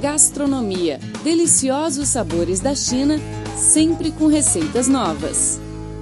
Gastronomia. Deliciosos sabores da China, sempre com receitas novas.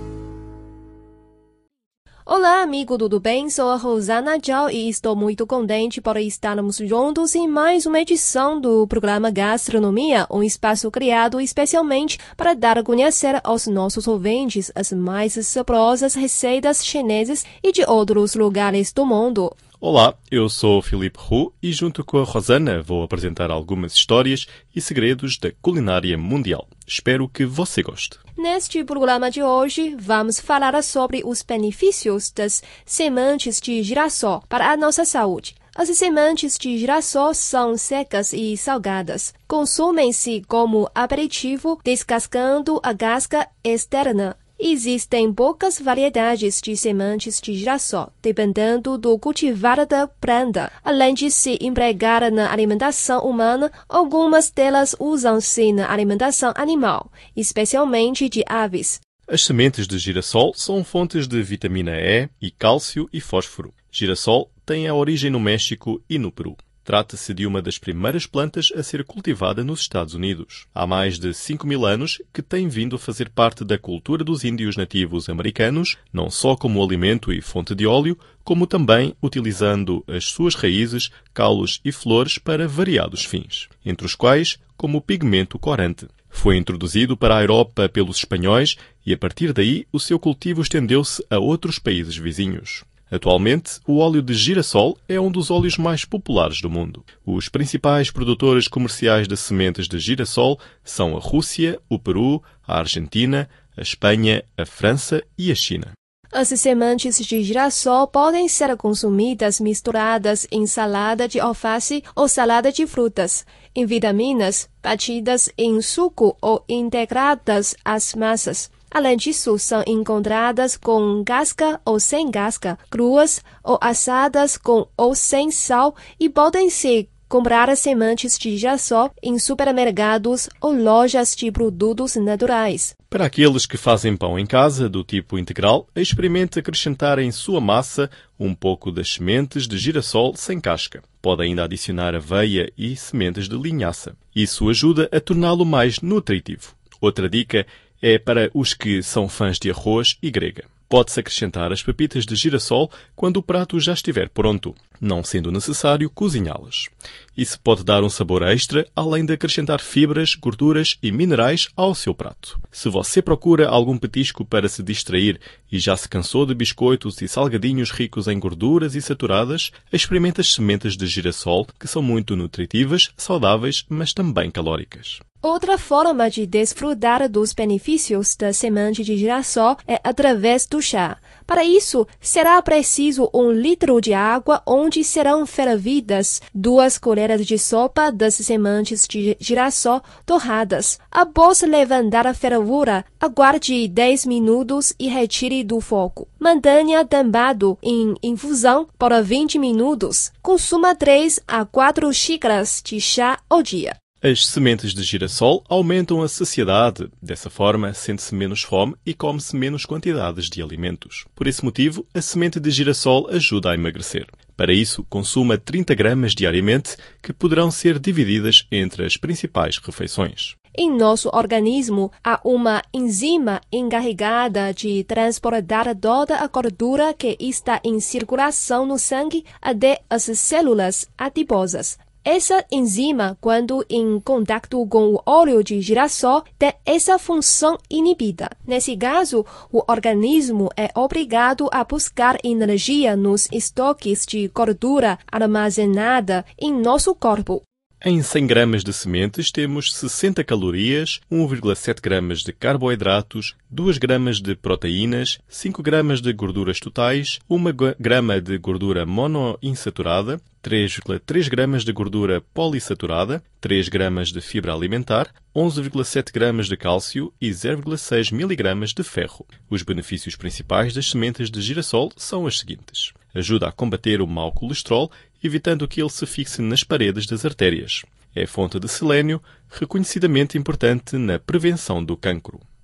Olá, amigo, tudo bem? Sou a Rosana Zhao e estou muito contente por estarmos juntos em mais uma edição do programa Gastronomia, um espaço criado especialmente para dar a conhecer aos nossos ouvintes as mais saborosas receitas chinesas e de outros lugares do mundo. Olá, eu sou o Filipe Hu e junto com a Rosana vou apresentar algumas histórias e segredos da culinária mundial. Espero que você goste. Neste programa de hoje, vamos falar sobre os benefícios das sementes de girassol para a nossa saúde. As sementes de girassol são secas e salgadas. Consomem-se como aperitivo, descascando a casca externa. Existem poucas variedades de sementes de girassol, dependendo do cultivar da planta. Além de se empregar na alimentação humana, algumas delas usam-se na alimentação animal, especialmente de aves. As sementes de girassol são fontes de vitamina E e cálcio e fósforo. Girassol tem a origem no México e no Peru. Trata-se de uma das primeiras plantas a ser cultivada nos Estados Unidos. Há mais de 5.000 anos que tem vindo a fazer parte da cultura dos índios nativos americanos, não só como alimento e fonte de óleo, como também utilizando as suas raízes, caules e flores para variados fins, entre os quais como pigmento corante. Foi introduzido para a Europa pelos espanhóis e, a partir daí, o seu cultivo estendeu-se a outros países vizinhos. Atualmente, o óleo de girassol é um dos óleos mais populares do mundo. Os principais produtores comerciais de sementes de girassol são a Rússia, o Peru, a Argentina, a Espanha, a França e a China. As sementes de girassol podem ser consumidas misturadas em salada de alface ou salada de frutas, em vitaminas, batidas em suco ou integradas às massas. Além disso, são encontradas com casca ou sem casca, cruas ou assadas com ou sem sal e podem-se comprar sementes de girassol em supermercados ou lojas de produtos naturais. Para aqueles que fazem pão em casa, do tipo integral, experimente acrescentar em sua massa um pouco das sementes de girassol sem casca. Pode ainda adicionar aveia e sementes de linhaça. Isso ajuda a torná-lo mais nutritivo. Outra dica é para os que são fãs de arroz e grega. Pode-se acrescentar as pepitas de girassol quando o prato já estiver pronto, não sendo necessário cozinhá-las. Isso pode dar um sabor extra, além de acrescentar fibras, gorduras e minerais ao seu prato. Se você procura algum petisco para se distrair e já se cansou de biscoitos e salgadinhos ricos em gorduras e saturadas, experimente as sementes de girassol, que são muito nutritivas, saudáveis, mas também calóricas. Outra forma de desfrutar dos benefícios da semente de girassol é através do chá. Para isso, será preciso 1 litro de água onde serão fervidas 2 colheres de sopa das sementes de girassol torradas. Após levantar a fervura, aguarde 10 minutos e retire do fogo. Mantenha tampado em infusão por 20 minutos. Consuma 3 a 4 xícaras de chá ao dia. As sementes de girassol aumentam a saciedade. Dessa forma, sente-se menos fome e come-se menos quantidades de alimentos. Por esse motivo, a semente de girassol ajuda a emagrecer. Para isso, consuma 30 gramas diariamente, que poderão ser divididas entre as principais refeições. Em nosso organismo, há uma enzima encarregada de transportar toda a gordura que está em circulação no sangue até as células adiposas. Essa enzima, quando em contato com o óleo de girassol, tem essa função inibida. Nesse caso, o organismo é obrigado a buscar energia nos estoques de gordura armazenada em nosso corpo. Em 100 gramas de sementes temos 60 calorias, 1,7 gramas de carboidratos, 2 gramas de proteínas, 5 gramas de gorduras totais, 1 grama de gordura monoinsaturada, 3,3 gramas de gordura polissaturada, 3 gramas de fibra alimentar, 11,7 gramas de cálcio e 0,6 miligramas de ferro. Os benefícios principais das sementes de girassol são os seguintes. Ajuda a combater o mau colesterol, evitando que ele se fixe nas paredes das artérias. É fonte de selênio, reconhecidamente importante na prevenção do cancro.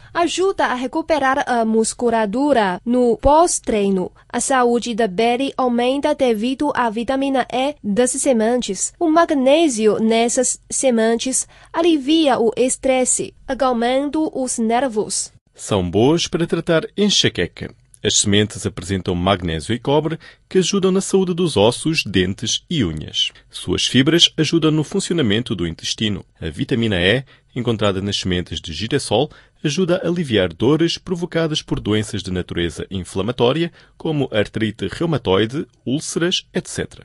Ajuda a recuperar a musculatura no pós-treino. A saúde da pele aumenta devido à vitamina E das sementes. O magnésio nessas sementes alivia o estresse, acalmando os nervos. São boas para tratar enxaqueca. As sementes apresentam magnésio e cobre que ajudam na saúde dos ossos, dentes e unhas. Suas fibras ajudam no funcionamento do intestino. A vitamina E, encontrada nas sementes de girassol, ajuda a aliviar dores provocadas por doenças de natureza inflamatória, como artrite reumatoide, úlceras, etc.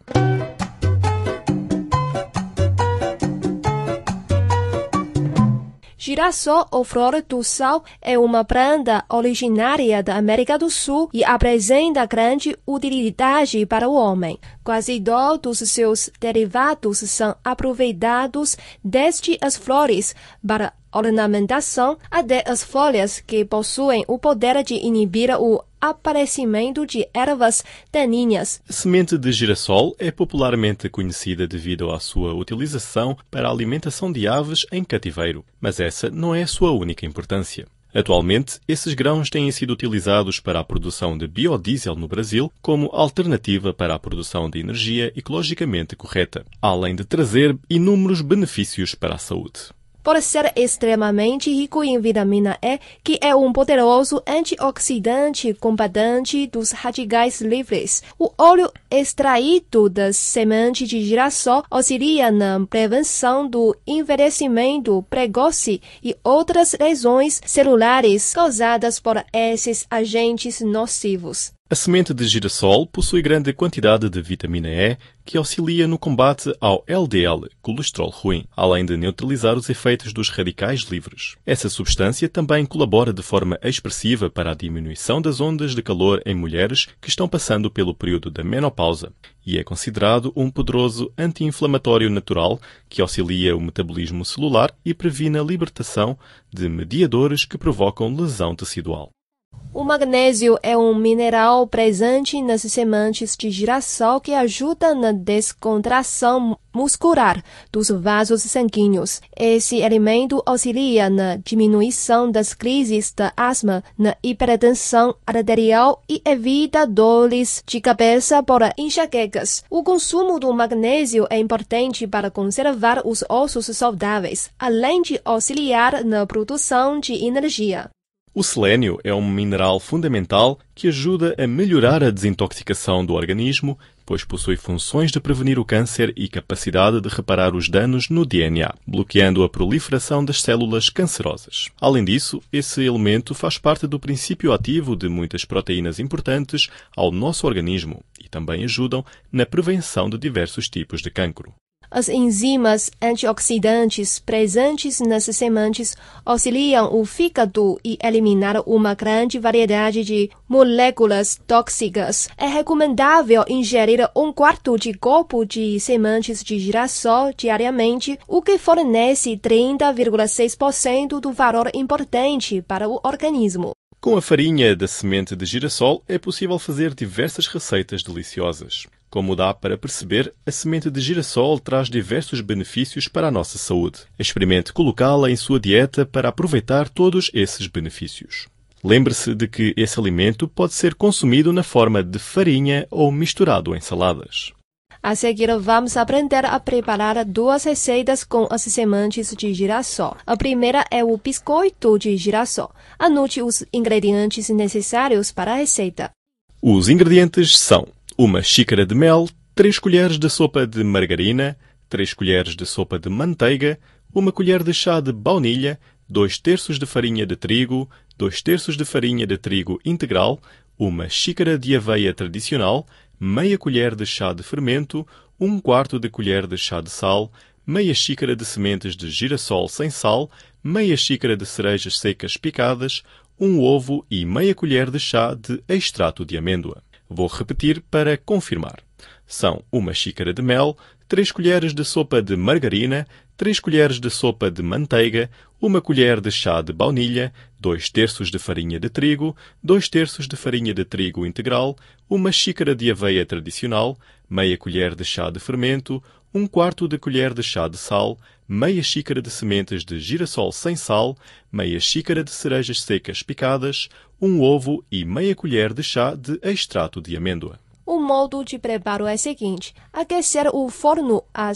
Girassol ou flor do sal é uma planta originária da América do Sul e apresenta grande utilidade para o homem. Quase todos os seus derivados são aproveitados, desde as flores para ornamentação até as folhas, que possuem o poder de inibir o aparecimento de ervas daninhas. A semente de girassol é popularmente conhecida devido à sua utilização para a alimentação de aves em cativeiro, mas essa não é a sua única importância. Atualmente, esses grãos têm sido utilizados para a produção de biodiesel no Brasil como alternativa para a produção de energia ecologicamente correta, além de trazer inúmeros benefícios para a saúde. Por ser extremamente rico em vitamina E, que é um poderoso antioxidante combatente dos radicais livres. O óleo extraído das sementes de girassol auxilia na prevenção do envelhecimento precoce e outras lesões celulares causadas por esses agentes nocivos. A semente de girassol possui grande quantidade de vitamina E que auxilia no combate ao LDL, colesterol ruim, além de neutralizar os efeitos dos radicais livres. Essa substância também colabora de forma expressiva para a diminuição das ondas de calor em mulheres que estão passando pelo período da menopausa e é considerado um poderoso anti-inflamatório natural que auxilia o metabolismo celular e previne a libertação de mediadores que provocam lesão tecidual. O magnésio é um mineral presente nas sementes de girassol que ajuda na descontração muscular dos vasos sanguíneos. Esse alimento auxilia na diminuição das crises da asma, na hipertensão arterial e evita dores de cabeça por enxaquecas. O consumo do magnésio é importante para conservar os ossos saudáveis, além de auxiliar na produção de energia. O selênio é um mineral fundamental que ajuda a melhorar a desintoxicação do organismo, pois possui funções de prevenir o câncer e capacidade de reparar os danos no DNA, bloqueando a proliferação das células cancerosas. Além disso, esse elemento faz parte do princípio ativo de muitas proteínas importantes ao nosso organismo e também ajudam na prevenção de diversos tipos de cancro. As enzimas antioxidantes presentes nas sementes auxiliam o fígado e eliminar uma grande variedade de moléculas tóxicas. É recomendável ingerir 1/4 de copo de sementes de girassol diariamente, o que fornece 30,6% do valor importante para o organismo. Com a farinha da semente de girassol é possível fazer diversas receitas deliciosas. Como dá para perceber, a semente de girassol traz diversos benefícios para a nossa saúde. Experimente colocá-la em sua dieta para aproveitar todos esses benefícios. Lembre-se de que esse alimento pode ser consumido na forma de farinha ou misturado em saladas. A seguir, vamos aprender a preparar 2 receitas com as sementes de girassol. A primeira é o biscoito de girassol. Anote os ingredientes necessários para a receita. Os ingredientes são 1 xícara de mel, 3 colheres de sopa de margarina, 3 colheres de sopa de manteiga, 1 colher de chá de baunilha, 2/3 de farinha de trigo, 2/3 de farinha de trigo integral, 1 xícara de aveia tradicional, meia colher de chá de fermento, 1/4 de colher de chá de sal, meia xícara de sementes de girassol sem sal, meia xícara de cerejas secas picadas, 1 ovo e meia colher de chá de extrato de amêndoa. Vou repetir para confirmar. São 1 xícara de mel, 3 colheres de sopa de margarina, 3 colheres de sopa de manteiga, 1 colher de chá de baunilha, 2/3 de farinha de trigo, 2/3 de farinha de trigo integral, 1 xícara de aveia tradicional, meia colher de chá de fermento, 1/4 de colher de chá de sal, meia xícara de sementes de girassol sem sal, meia xícara de cerejas secas picadas, um ovo e meia colher de chá de extrato de amêndoa. O modo de preparo é o seguinte: aquecer o forno a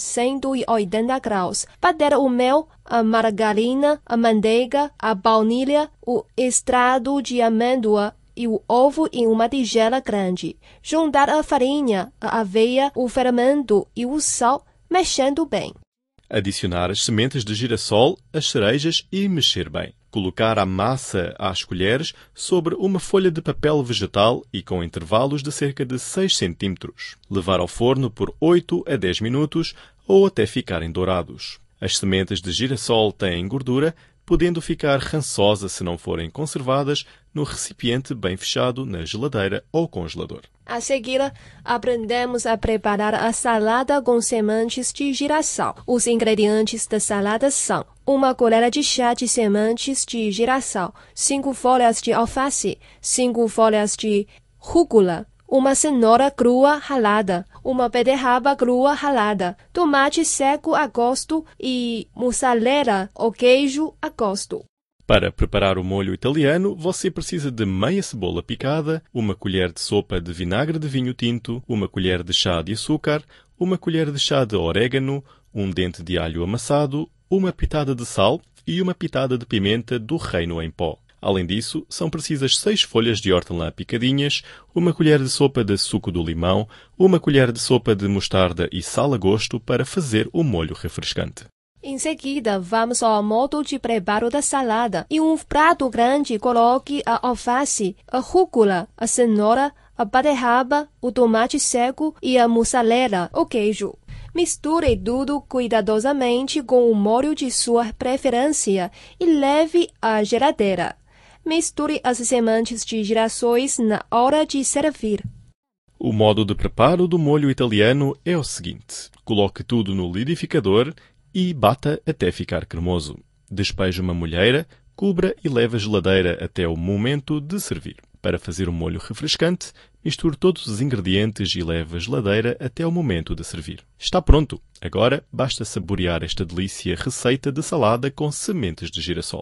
180 graus, bater o mel, a margarina, a manteiga, a baunilha, o extrato de amêndoa e o ovo em uma tigela grande. Juntar a farinha, a aveia, o fermento e o sal, mexendo bem. Adicionar as sementes de girassol, as cerejas e mexer bem. Colocar a massa às colheres sobre uma folha de papel vegetal e com intervalos de cerca de 6 cm. Levar ao forno por 8 a 10 minutos ou até ficarem dourados. As sementes de girassol têm gordura, podendo ficar rançosa se não forem conservadas no recipiente bem fechado na geladeira ou congelador. A seguir, aprendemos a preparar a salada com sementes de girassol. Os ingredientes da salada são: 1 colher de chá de sementes de girassol, 5 folhas de alface, 5 folhas de rúcula, uma cenoura crua ralada, uma beterraba crua ralada, tomate seco a gosto e mussarela ou queijo a gosto. Para preparar o molho italiano, você precisa de meia cebola picada, 1 colher de sopa de vinagre de vinho tinto, 1 colher de chá de açúcar, 1 colher de chá de orégano, 1 dente de alho amassado, 1 pitada de sal e 1 pitada de pimenta do reino em pó. Além disso, são precisas 6 folhas de hortelã picadinhas, 1 colher de sopa de suco do limão, 1 colher de sopa de mostarda e sal a gosto para fazer o molho refrescante. Em seguida, vamos ao modo de preparo da salada. Em um prato grande, coloque a alface, a rúcula, a cenoura, a beterraba, o tomate seco e a mussarela, o queijo. Misture tudo cuidadosamente com o molho de sua preferência e leve à geladeira. Misture as sementes de girassóis na hora de servir. O modo de preparo do molho italiano é o seguinte: coloque tudo no liquidificador e bata até ficar cremoso. Despeje uma molheira, cubra e leve à geladeira até o momento de servir. Para fazer um molho refrescante, misture todos os ingredientes e leve à geladeira até o momento de servir. Está pronto! Agora basta saborear esta delícia receita de salada com sementes de girassol.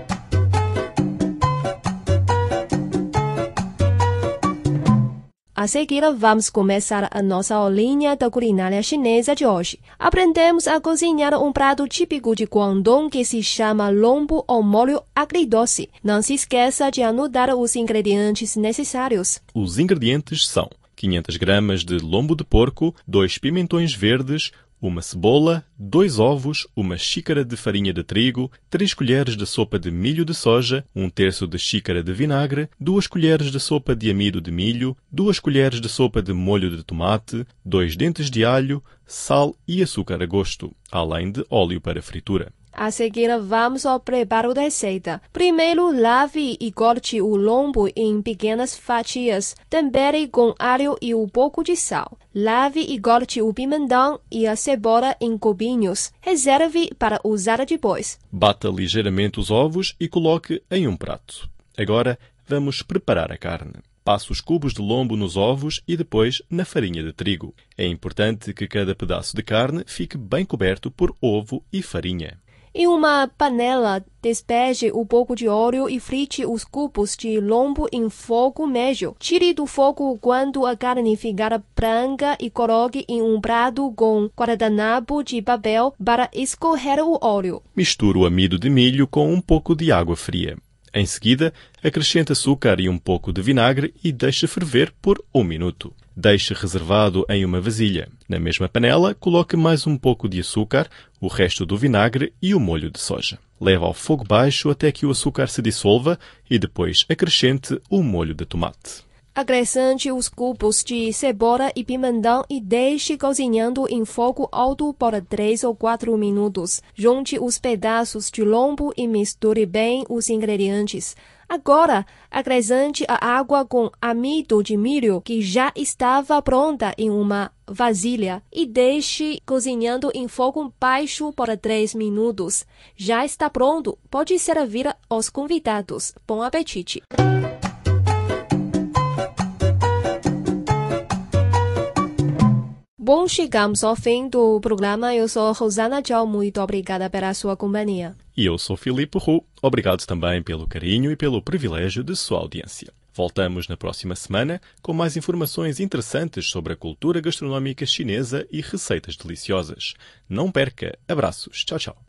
A seguir, vamos começar a nossa aulinha da culinária chinesa de hoje. Aprendemos a cozinhar um prato típico de Guangdong que se chama lombo ao molho agridoce. Não se esqueça de anotar os ingredientes necessários. Os ingredientes são 500 gramas de lombo de porco, 2 pimentões verdes, 1 cebola, 2 ovos, 1 xícara de farinha de trigo, 3 colheres de sopa de milho de soja, 1/3 de xícara de vinagre, 2 colheres de sopa de amido de milho, 2 colheres de sopa de molho de tomate, 2 dentes de alho, sal e açúcar a gosto, além de óleo para fritura. A seguir, vamos ao preparo da receita. Primeiro, lave e corte o lombo em pequenas fatias. Tempere com alho e um pouco de sal. Lave e corte o pimentão e a cebola em cubinhos. Reserve para usar depois. Bata ligeiramente os ovos e coloque em um prato. Agora, vamos preparar a carne. Passe os cubos de lombo nos ovos e depois na farinha de trigo. É importante que cada pedaço de carne fique bem coberto por ovo e farinha. Em uma panela, despeje um pouco de óleo e frite os cubos de lombo em fogo médio. Tire do fogo quando a carne ficar branca e coloque em um prato com guardanapo de papel para escorrer o óleo. Misture o amido de milho com um pouco de água fria. Em seguida, acrescente açúcar e um pouco de vinagre e deixe ferver por 1 minuto. Deixe reservado em uma vasilha. Na mesma panela, coloque mais um pouco de açúcar, o resto do vinagre e o molho de soja. Leve ao fogo baixo até que o açúcar se dissolva e depois acrescente o molho de tomate. Acrescente os cubos de cebola e pimentão e deixe cozinhando em fogo alto por 3 ou 4 minutos. Junte os pedaços de lombo e misture bem os ingredientes. Agora, acrescente a água com amido de milho que já estava pronta em uma vasilha e deixe cozinhando em fogo baixo por 3 minutos. Já está pronto, pode servir aos convidados. Bom apetite! Bom, chegamos ao fim do programa. Eu sou Rosana Zhao. Muito obrigada pela sua companhia. E eu sou Filipe Roux. Obrigado também pelo carinho e pelo privilégio de sua audiência. Voltamos na próxima semana com mais informações interessantes sobre a cultura gastronómica chinesa e receitas deliciosas. Não perca. Abraços. Tchau, tchau.